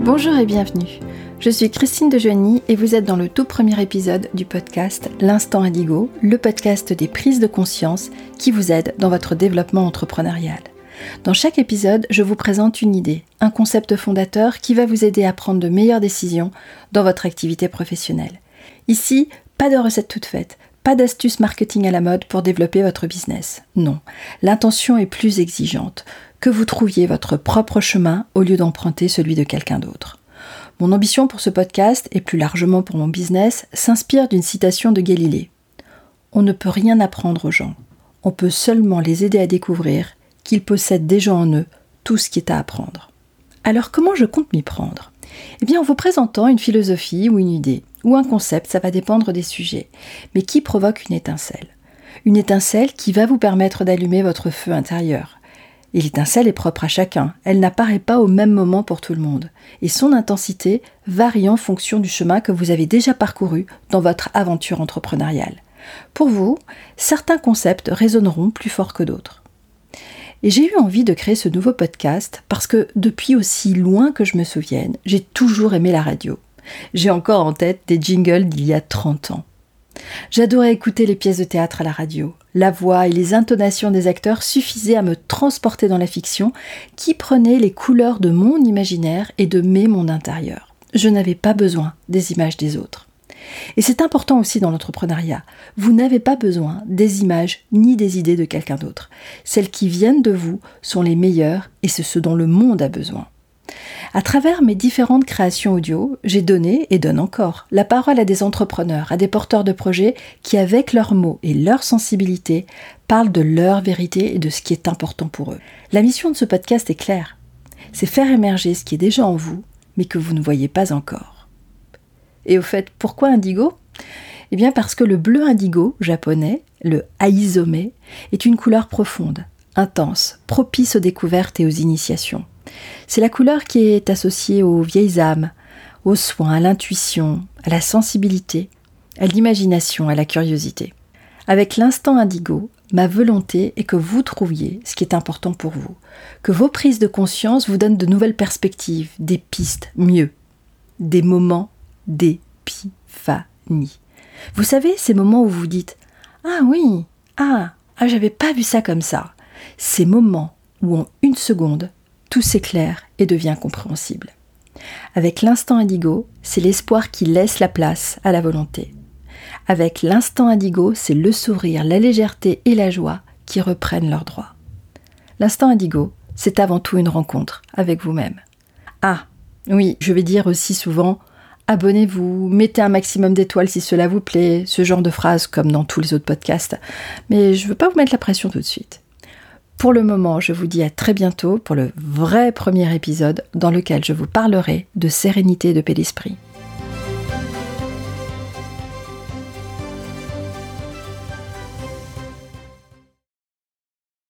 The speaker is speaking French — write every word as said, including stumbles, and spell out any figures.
Bonjour et bienvenue. Je suis Christine Dejoigny et vous êtes dans le tout premier épisode du podcast L'Instant Indigo, le podcast des prises de conscience qui vous aide dans votre développement entrepreneurial. Dans chaque épisode, je vous présente une idée, un concept fondateur qui va vous aider à prendre de meilleures décisions dans votre activité professionnelle. Ici, pas de recette toute faite, pas d'astuces marketing à la mode pour développer votre business. Non, l'intention est plus exigeante, que vous trouviez votre propre chemin au lieu d'emprunter celui de quelqu'un d'autre. Mon ambition pour ce podcast, et plus largement pour mon business, s'inspire d'une citation de Galilée. On ne peut rien apprendre aux gens, on peut seulement les aider à découvrir qu'ils possèdent déjà en eux tout ce qui est à apprendre. Alors comment je compte m'y prendre ? Eh bien en vous présentant une philosophie ou une idée, ou un concept, ça va dépendre des sujets, mais qui provoque une étincelle. Une étincelle qui va vous permettre d'allumer votre feu intérieur. Et l'étincelle est propre à chacun, elle n'apparaît pas au même moment pour tout le monde, et son intensité varie en fonction du chemin que vous avez déjà parcouru dans votre aventure entrepreneuriale. Pour vous, certains concepts résonneront plus fort que d'autres. Et j'ai eu envie de créer ce nouveau podcast parce que depuis aussi loin que je me souvienne, j'ai toujours aimé la radio. J'ai encore en tête des jingles d'il y a trente ans. J'adorais écouter les pièces de théâtre à la radio. La voix et les intonations des acteurs suffisaient à me transporter dans la fiction qui prenait les couleurs de mon imaginaire et de mes mondes intérieurs. Je n'avais pas besoin des images des autres. Et c'est important aussi dans l'entrepreneuriat. Vous n'avez pas besoin des images ni des idées de quelqu'un d'autre. Celles qui viennent de vous sont les meilleures et c'est ce dont le monde a besoin. À travers mes différentes créations audio, j'ai donné et donne encore la parole à des entrepreneurs, à des porteurs de projets qui, avec leurs mots et leur sensibilité, parlent de leur vérité et de ce qui est important pour eux. La mission de ce podcast est claire. C'est faire émerger ce qui est déjà en vous, mais que vous ne voyez pas encore. Et au fait, pourquoi indigo ? Eh bien parce que le bleu indigo japonais, le aizome, est une couleur profonde, intense, propice aux découvertes et aux initiations. C'est la couleur qui est associée aux vieilles âmes, aux soins, à l'intuition, à la sensibilité, à l'imagination, à la curiosité. Avec l'instant indigo, ma volonté est que vous trouviez ce qui est important pour vous, que vos prises de conscience vous donnent de nouvelles perspectives, des pistes, mieux, des moments d'épiphanie. Vous savez, ces moments où vous dites « Ah oui, ah, ah j'avais pas vu ça comme ça ». Ces moments où en une seconde, tout s'éclaire et devient compréhensible. Avec l'instant indigo, c'est l'espoir qui laisse la place à la volonté. Avec l'instant indigo, c'est le sourire, la légèreté et la joie qui reprennent leurs droits. L'instant indigo, c'est avant tout une rencontre avec vous-même. Ah, oui, je vais dire aussi souvent « abonnez-vous, mettez un maximum d'étoiles si cela vous plaît », ce genre de phrases comme dans tous les autres podcasts. Mais je ne veux pas vous mettre la pression tout de suite. Pour le moment, je vous dis à très bientôt pour le vrai premier épisode dans lequel je vous parlerai de sérénité et de paix d'esprit.